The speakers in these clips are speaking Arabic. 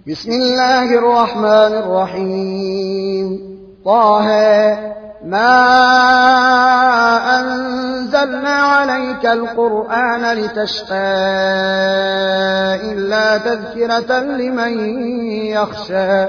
بسم الله الرحمن الرحيم. طه ما أنزلنا عليك القرآن لتشقى إلا تذكرة لمن يخشى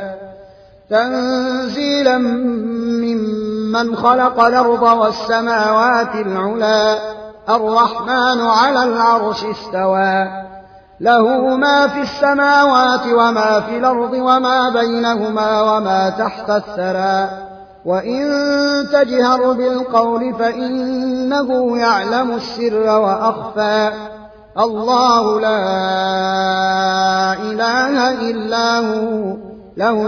تنزيلا ممن خلق الأرض والسماوات العلى الرحمن على العرش استوى له ما في السماوات وما في الأرض وما بينهما وما تحت الثرى وإن تجهر بالقول فإنه يعلم السر وأخفى الله لا إله إلا هو له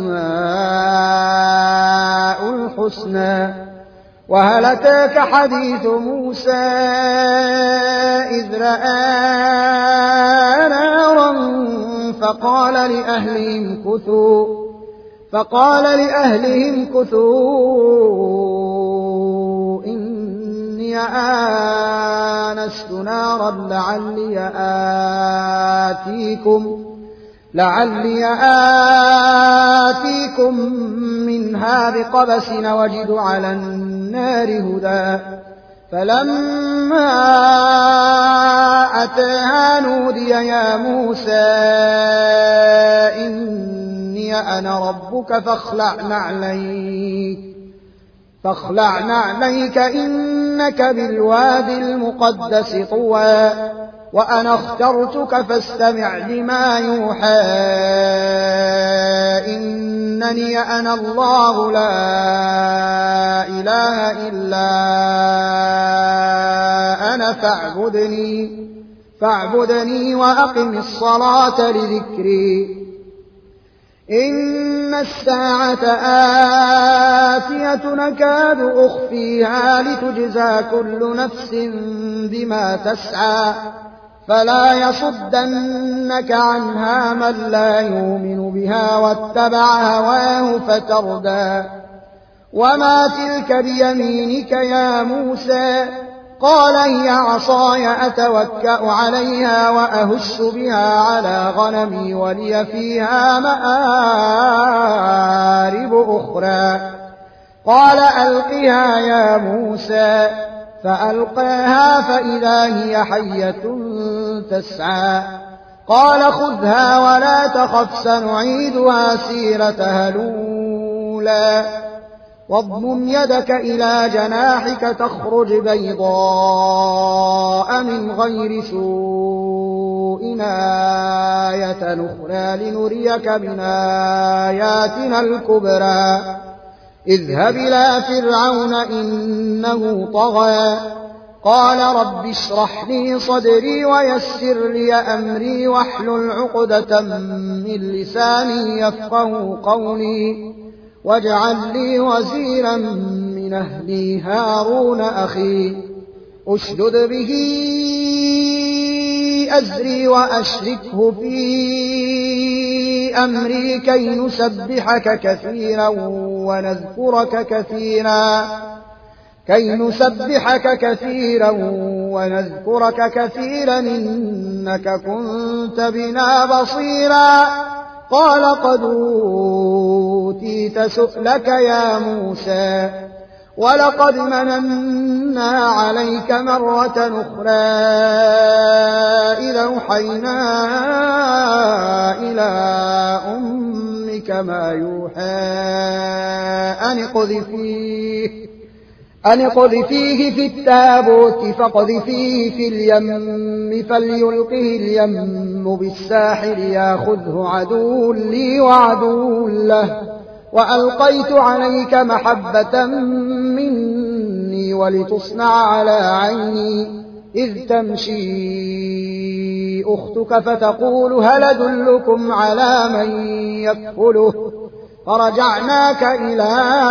الأسماء الحسنى. وهل أتاك حديث موسى إذ رأى نارا فقال لأهلهم كثوا إني آنست نارا لعلي آتيكم منها بقبس وجد على النار هدى. فلما أتاها نودي يا موسى إني أنا ربك فاخلع نعليك إنك بالوادي المقدس طوى وأنا اخترتك فاستمع لما يوحى إنني أنا الله لا إله إلا أنا فاعبدني وأقم الصلاة لذكري. إن الساعة آتية نكاد أخفيها لتجزى كل نفس بما تسعى فلا يصدنك عنها من لا يؤمن بها واتبع هواه فتردى. وما تلك بيمينك يا موسى؟ قال هي عصاي أتوكأ عليها وأهش بها على غنمي ولي فيها مآرب أخرى. قال ألقها يا موسى فألقاها فإذا هي حية تسعى. قال خذها ولا تخف سنعيدها سيرتها الأولى واضمم يدك إلى جناحك تخرج بيضاء من غير سوء آية أخرى لنريك من آياتنا الكبرى. اذهب إلى فرعون إنه طغى قال رب اشرح لي صدري ويسر لي أمري واحلل عقدة من لساني يفقهوا قولي واجعل لي وزيرا من أهلي هارون أخي أشدد به أزري وأشركه في أمري كي نسبحك كثيرا ونذكرك كثيرا إنك كنت بنا بصيرا. قال قد أوتيت سؤلك يا موسى ولقد مننا عليك مرة أخرى إذا أوحينا إلى أمك ما يوحى أن اقذفيه في التابوت فاقذفيه في اليم فليلقه اليم بالساحل ياخذه عدو لي وعدو له وألقيت عليك محبة مني ولتصنع على عيني إذ تمشي أختك فتقول هل أدلكم على من يكفله فرجعناك إلى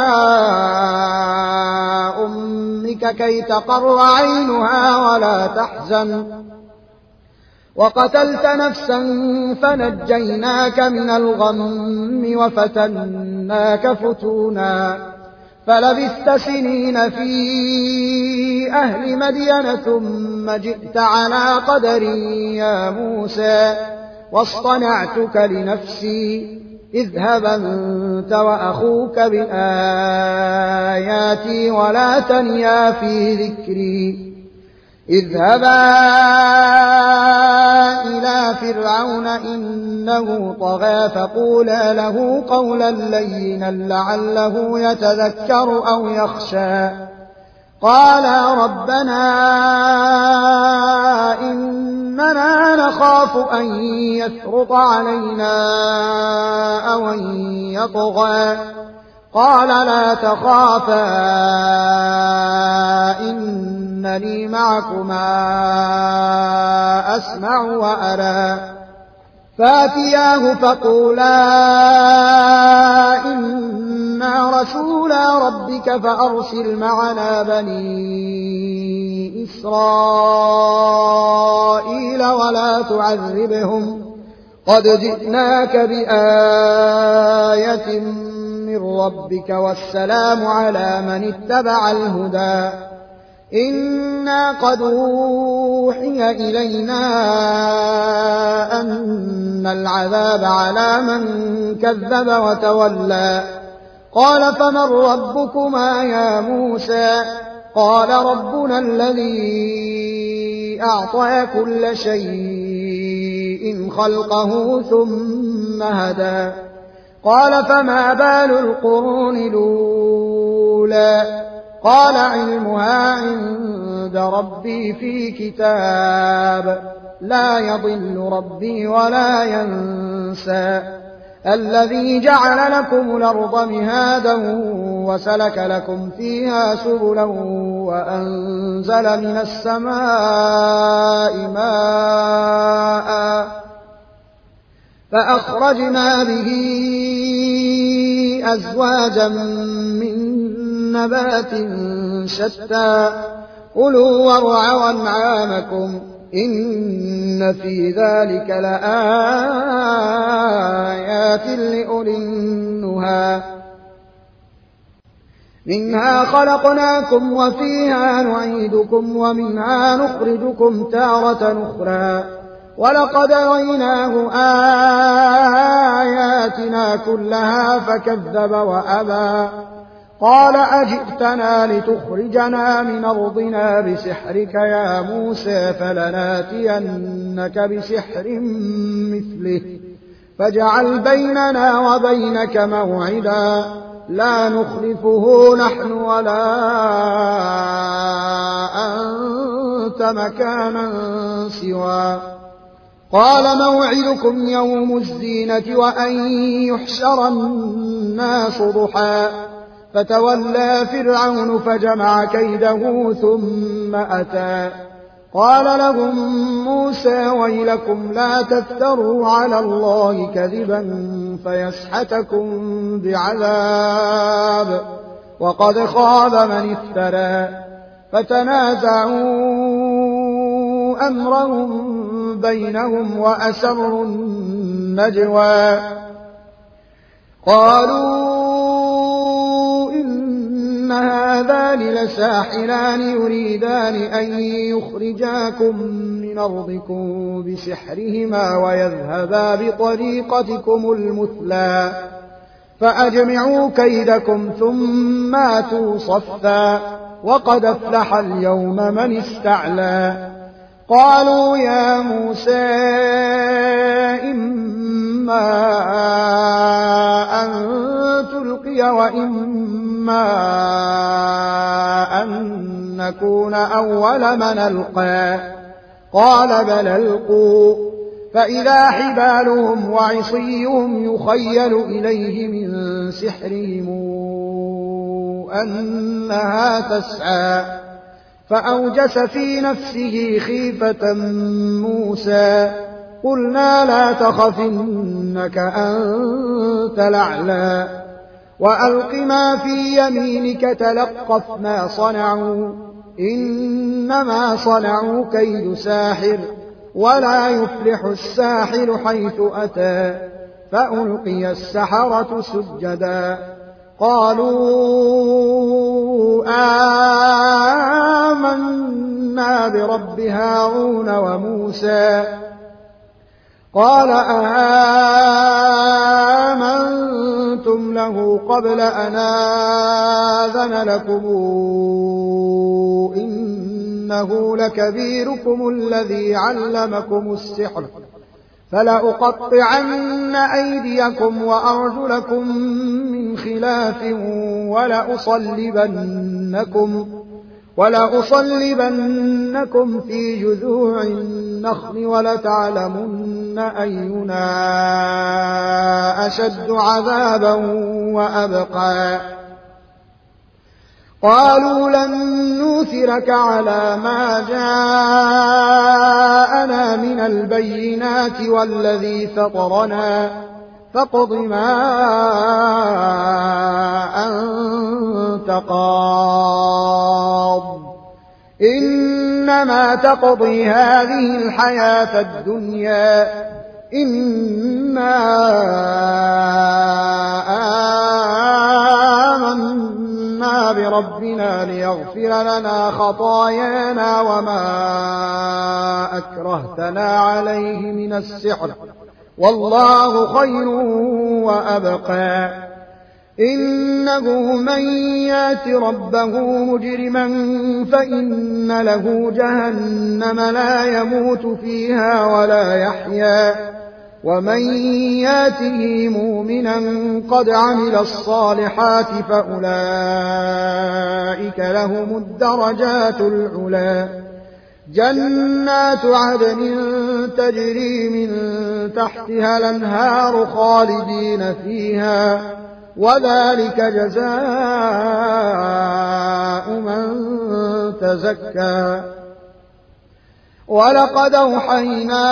أمك كي تقر عينها ولا تحزن وقتلت نفسا فنجيناك من الغم وفتناك فتونا فلبثت سنين في أهل مدين ثم جئت على قدر يا موسى واصطنعتك لنفسي اذهب أنت وأخوك بآياتي ولا تنيا في ذكري اذهبا إلى فرعون إنه طغى فقولا له قولا لينا لعله يتذكر أو يخشى قالا ربنا إننا نخاف أن يفرط علينا أو أن يطغى قال لا تخافا إنني معكما أسمع وأرى فاتياه فقولا إنا رسولا ربك فأرسل معنا بني إسرائيل ولا تعذبهم قد جئناك بآية من ربك والسلام على من اتبع الهدى إنا قد أوحي إلينا أن العذاب على من كذب وتولى قال فمن ربكما يا موسى قال ربنا الذي أعطى كل شيء خلقه ثم هدى قال فما بال القرون الأولى قال علمها عند ربي في كتاب لا يضل ربي ولا ينسى الذي جعل لكم الأرض مهادا وسلك لكم فيها سبلا وأنزل من السماء ماء فأخرجنا به أزواجا من نبات شتى كلوا وارعوا أنعامكم إن في ذلك لآيات لأولي النهى منها خلقناكم وفيها نعيدكم ومنها نخرجكم تارة أخرى ولقد ريناه آياتنا كلها فكذب وأبى قال أجئتنا لتخرجنا من أرضنا بسحرك يا موسى فلناتينك بسحر مثله فاجعل بيننا وبينك موعدا لا نخلفه نحن ولا أنت مكانا سوى قال موعدكم يوم الزينة وأن يحشر الناس ضحى فتولى فرعون فجمع كيده ثم أتى قال لهم موسى ويلكم لا تفتروا على الله كذبا فيسحتكم بعذاب وقد خاب من افترى فتنازعوا أمرهم بينهم وأسروا النجوى قالوا إن هذان لساحران يريدان أن يخرجاكم من أرضكم بسحرهما ويذهبا بطريقتكم المثلى فأجمعوا كيدكم ثم أتوا صفا وقد أفلح اليوم من استعلى قالوا يا موسى إما أن تلقي وإما أن نكون أول من ألقى قال بل ألقوا فإذا حبالهم وعصيهم يخيل إليه من سحرهم أنها تسعى فأوجس في نفسه خيفة موسى قلنا لا تخف إنك أنت الأعلى وألق ما في يمينك تلقف ما صنعوا إنما صنعوا كيد ساحر ولا يفلح الساحر حيث أتى فألقي السحرة سجدا قالوا آمنا برب هارون وموسى قال آمنتم له قبل أن آذن لكم إنه لكبيركم الذي علمكم السحر فلأقطعن أيديكم وأرجلكم من خلاف ولأصلبنكم في جذوع النخل ولتعلمن أينا أشد عذابا وأبقى قالوا لن نؤثرك على ما جاءنا من البينات والذي فطرنا فاقض ما أنت قاض إنما تقضي هذه الحياة الدنيا إنا آمنا بربنا ليغفر لنا خطايانا وما أكرهتنا عليه من السحر والله خير وأبقى إنه من يات ربه مجرما فإن له جهنم لا يموت فيها ولا يحيا ومن ياته مؤمنا قد عمل الصالحات فأولئك لهم الدرجات العلى جنات عدن تجري من تحتها الأنهار خالدين فيها وذلك جزاء من تزكى ولقد أوحينا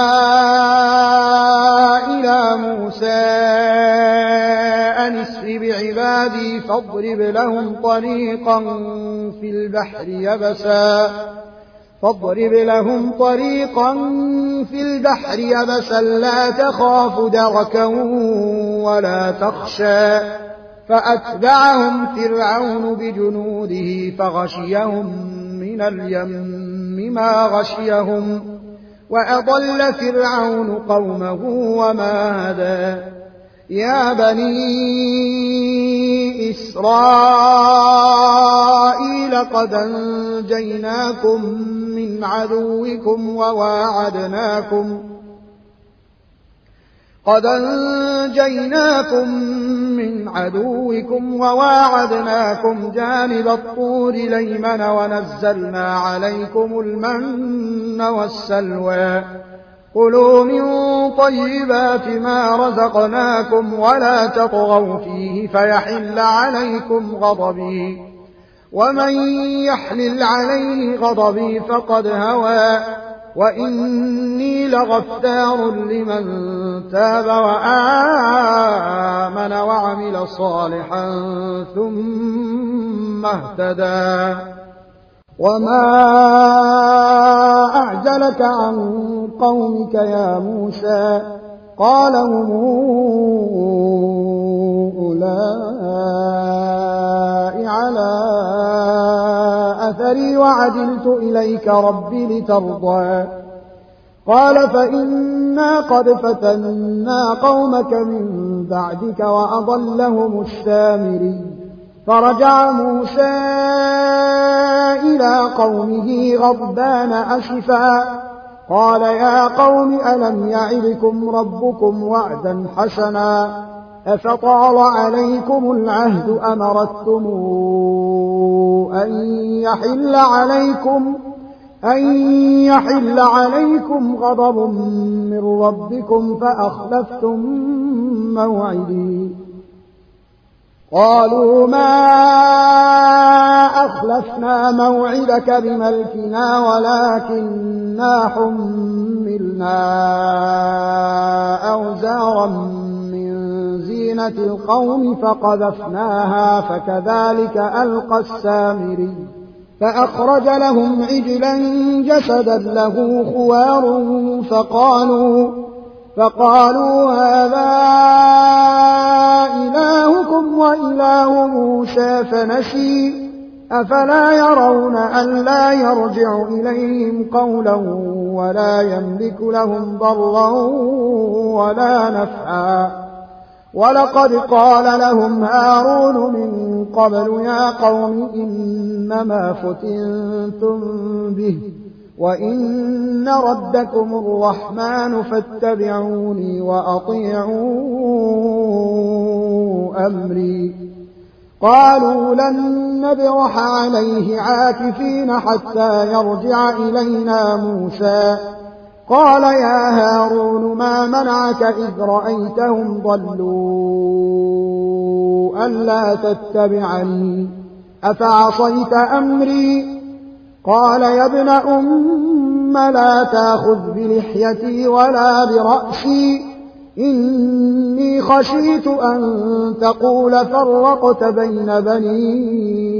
إلى موسى أن اسر بعبادي فاضرب لهم طريقا في البحر يبسا لا تخاف دركا ولا تخشى فأتبعهم فرعون بجنوده فغشيهم من اليم ما غشيهم وأضل فرعون قومه وما هدى يا بني إسرائيل قد أنجيناكم من عدوكم وواعدناكم جانب الطور الأيمن ونزلنا عليكم المن والسلوى كلوا من طيبات ما رزقناكم ولا تطغوا فيه فيحل عليكم غضبي ومن يحلل عليه غضبي فقد هوى وإني لغفار لمن تاب وآمن وعمل صالحا ثم اهتدى وما أعجلك عن قومك يا موسى قال هم أولئك على أثري وعجلت إليك رب لترضى قال فإنا قد فتنا قومك من بعدك وأضلهم السامري فرجع موسى إلى قومه غضبان أسفا قال يا قوم ألم يعدكم ربكم وعدا حسنا أفطال عليكم العهد أمرتم أن يحل عليكم غضب من ربكم فأخلفتم موعدي قالوا ما أخلفنا موعدك بملكنا ولكننا حملنا أوزارا من زينة القوم فقذفناها فكذلك ألقى السامري فأخرج لهم عجلا جسدا له خوار فقالوا هذا إلهكم وإله موسى فنسي أفلا يرون ألا يرجع إليهم قولا ولا يملك لهم ضرا ولا نفعا ولقد قال لهم هارون من قبل يا قوم إنما فتنتم به وإن ربكم الرحمن فاتبعوني وأطيعوا أمري قالوا لن نبرح عليه عاكفين حتى يرجع إلينا موسى قال يا هارون ما منعك إذ رأيتهم ضلوا ألا تتبعني أفعصيت أمري قال يا ابن أم لا تأخذ بلحيتي ولا برأسي إني خشيت أن تقول فرقت بين بني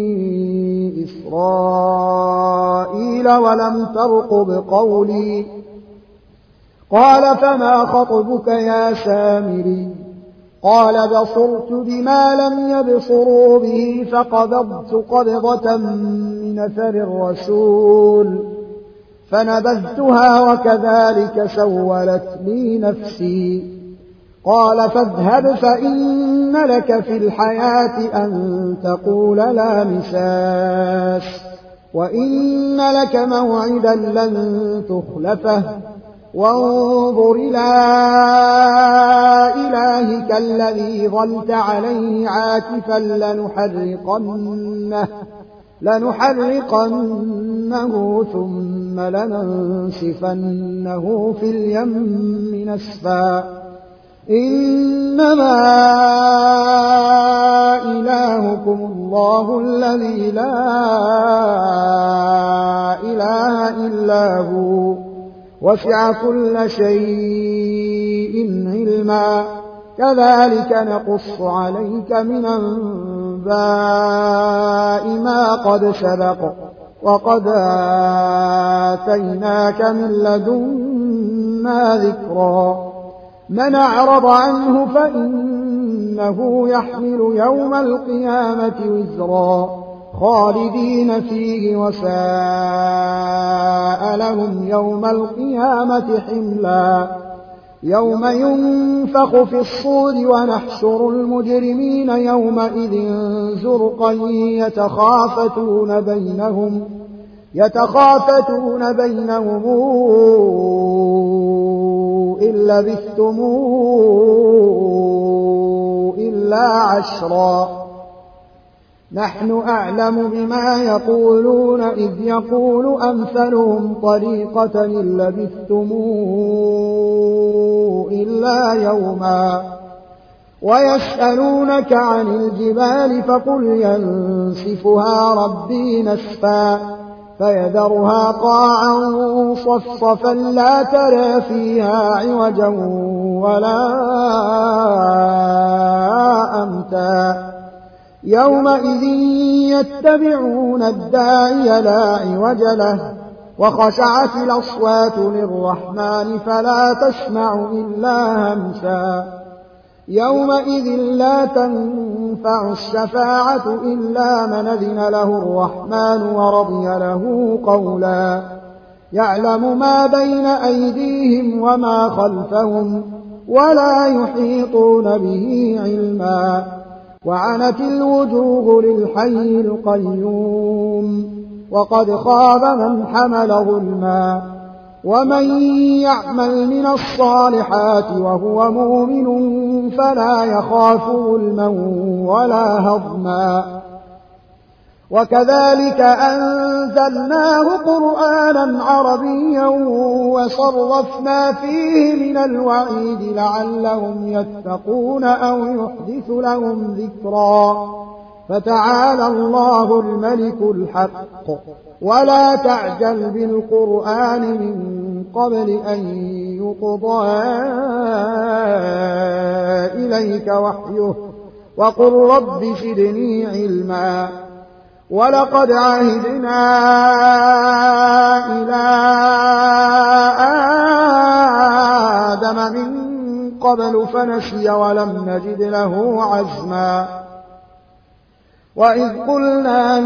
إسرائيل ولم ترقب قولي قال فما خطبك يا سامري قال بصرت بما لم يبصروا به فقبضت قبضة من أثر الرسول فنبذتها وكذلك سولت لي نفسي قال فاذهب فإن لك في الحياة أن تقول لا مساس وإن لك موعدا لن تخلفه وانظر إلى إلهك الذي ظلت عليه عاكفا لنحرقنه ثم لننسفنه في اليم نسفا إنما إلهكم الله الذي لا إله إلا هو وسع كل شيء علما كذلك نقص عليك من أنباء ما قد سبق وقد آتيناك من لدنا ذكرا من أعرض عنه فإنه يحمل يوم القيامة وزرا خالدين فيه وساء لهم يوم القيامة حملا يوم ينفخ في الصور ونحشر المجرمين يومئذ زرقا يتخافتون بينهم إن لبثتم إلا عشرا نحن أعلم بما يقولون إذ يقول أمثلهم طريقة إن لبثتم إلا يوما ويسألونك عن الجبال فقل ينسفها ربي نسفا فيذرها قاعا صفصفا لا ترى فيها عوجا ولا أمتا يومئذ يتبعون الداعي لا عوج له وخشعت الأصوات للرحمن فلا تسمع إلا همسا يومئذ لا تنفع الشفاعة إلا من أذن له الرحمن ورضي له قولا يعلم ما بين أيديهم وما خلفهم ولا يحيطون به علما وعنت الوجوه للحي القيوم وقد خاب من حمل ظلما ومن يعمل من الصالحات وهو مؤمن فلا يخاف ظلما ولا هضما وكذلك أنزلناه قرآنا عربيا وصرفنا فيه من الوعيد لعلهم يتقون أو يحدث لهم ذكرا فتعالى الله الملك الحق ولا تعجل بالقرآن من قبل أن يقضى إليك وحيه وقل رب زدني علما ولقد عهدنا إلى آدم من قبل فنسي ولم نجد له عزما وإذ قلنا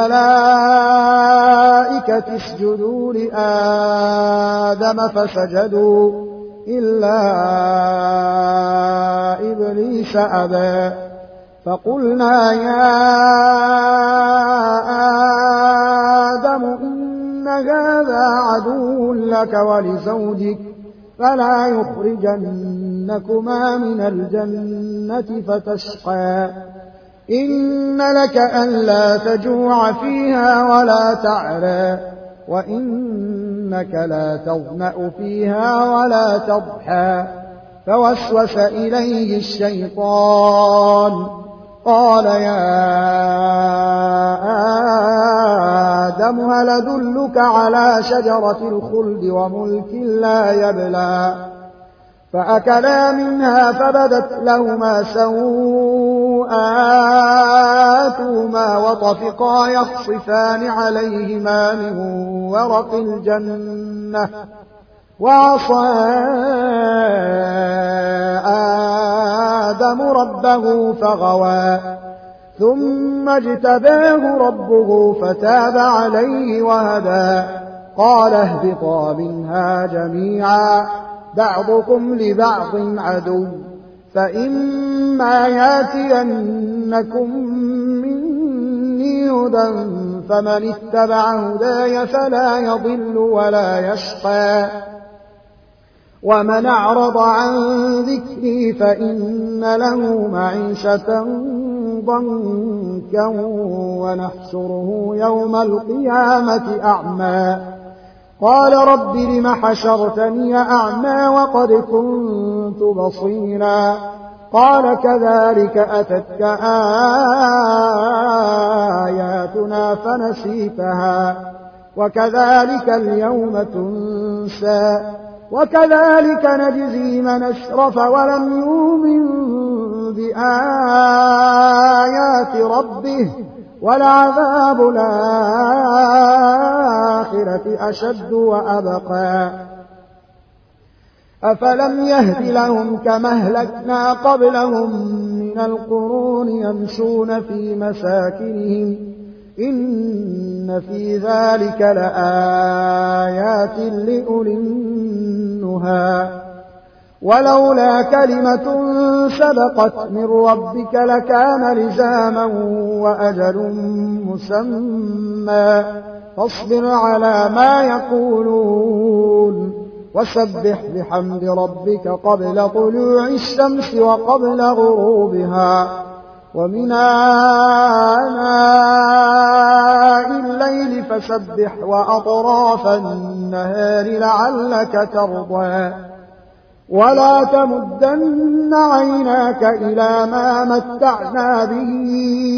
للملائكة اسجدوا لآدم فسجدوا إلا إبليس أبى فقلنا يا آدم إن هذا عدو لك ولزوجك فلا يخرجنكما من الجنة فتشقى إن لك ألا تجوع فيها ولا تعرى وإنك لا تظمأ فيها ولا تضحى فوسوس إليه الشيطان قال يا آدم هل أدلك على شجرة الخلد وملك لا يبلى فأكلا منها فبدت لهما سوءاتهما وطفقا يخصفان عليهما من ورق الجنة وعصى آدم ربه فغوى ثم اجتباه ربه فتاب عليه وهدى قال اهبطا منها جميعا بعضكم لبعض عدو فإما ياتينكم مني هدى فمن اتبع هداي فلا يضل ولا يشقى ومن أعرض عن ذكري فإن له معيشة ضنكا ونحشره يوم القيامة أعمى قال رب لم حشرتني أعمى وقد كنت بصيرا قال كذلك أتتك آياتنا فنسيتها وكذلك اليوم تنسى وكذلك نجزي من أسرف ولم يؤمن بآيات ربه ولعذاب الآخرة أشد وأبقى أفلم يهد لهم كما أهلكنا قبلهم من القرون يمشون في مساكنهم إن في ذلك لآيات لأولي النهى ولولا كلمة سبقت من ربك لكان لزاما وأجل مسمى فاصبر على ما يقولون وسبح بحمد ربك قبل طلوع الشمس وقبل غروبها ومن آناء الليل فسبح وأطراف النهار لعلك ترضى ولا تمدن عيناك إلى ما متعنا به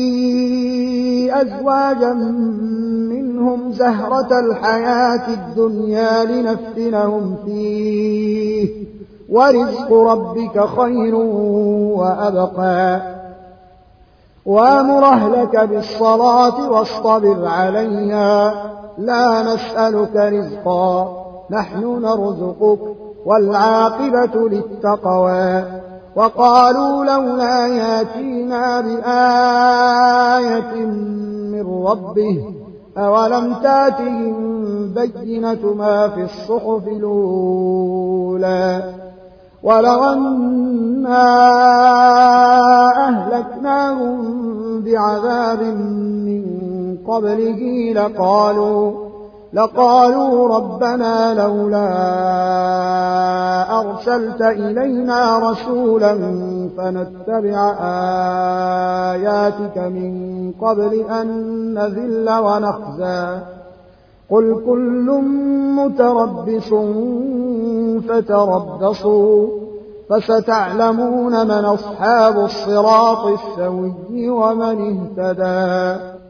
أزواجا منهم زهرة الحياة الدنيا لنفتنهم فيه ورزق ربك خير وأبقى وامر أهلك بالصلاة واصطبر عليها لا نسألك رزقا نحن نرزقك والعاقبة للتقوى وقالوا لولا ياتينا بآية من ربه أولم تاتهم بينة ما في الصحف الأولى ولو أنا أهلكناهم بعذاب من قبله لقالوا ربنا لولا أرسلت إلينا رسولا فنتبع آياتك من قبل أن نذل ونخزى قل كل متربص فتربصوا فستعلمون من أصحاب الصراط السوي ومن اهتدى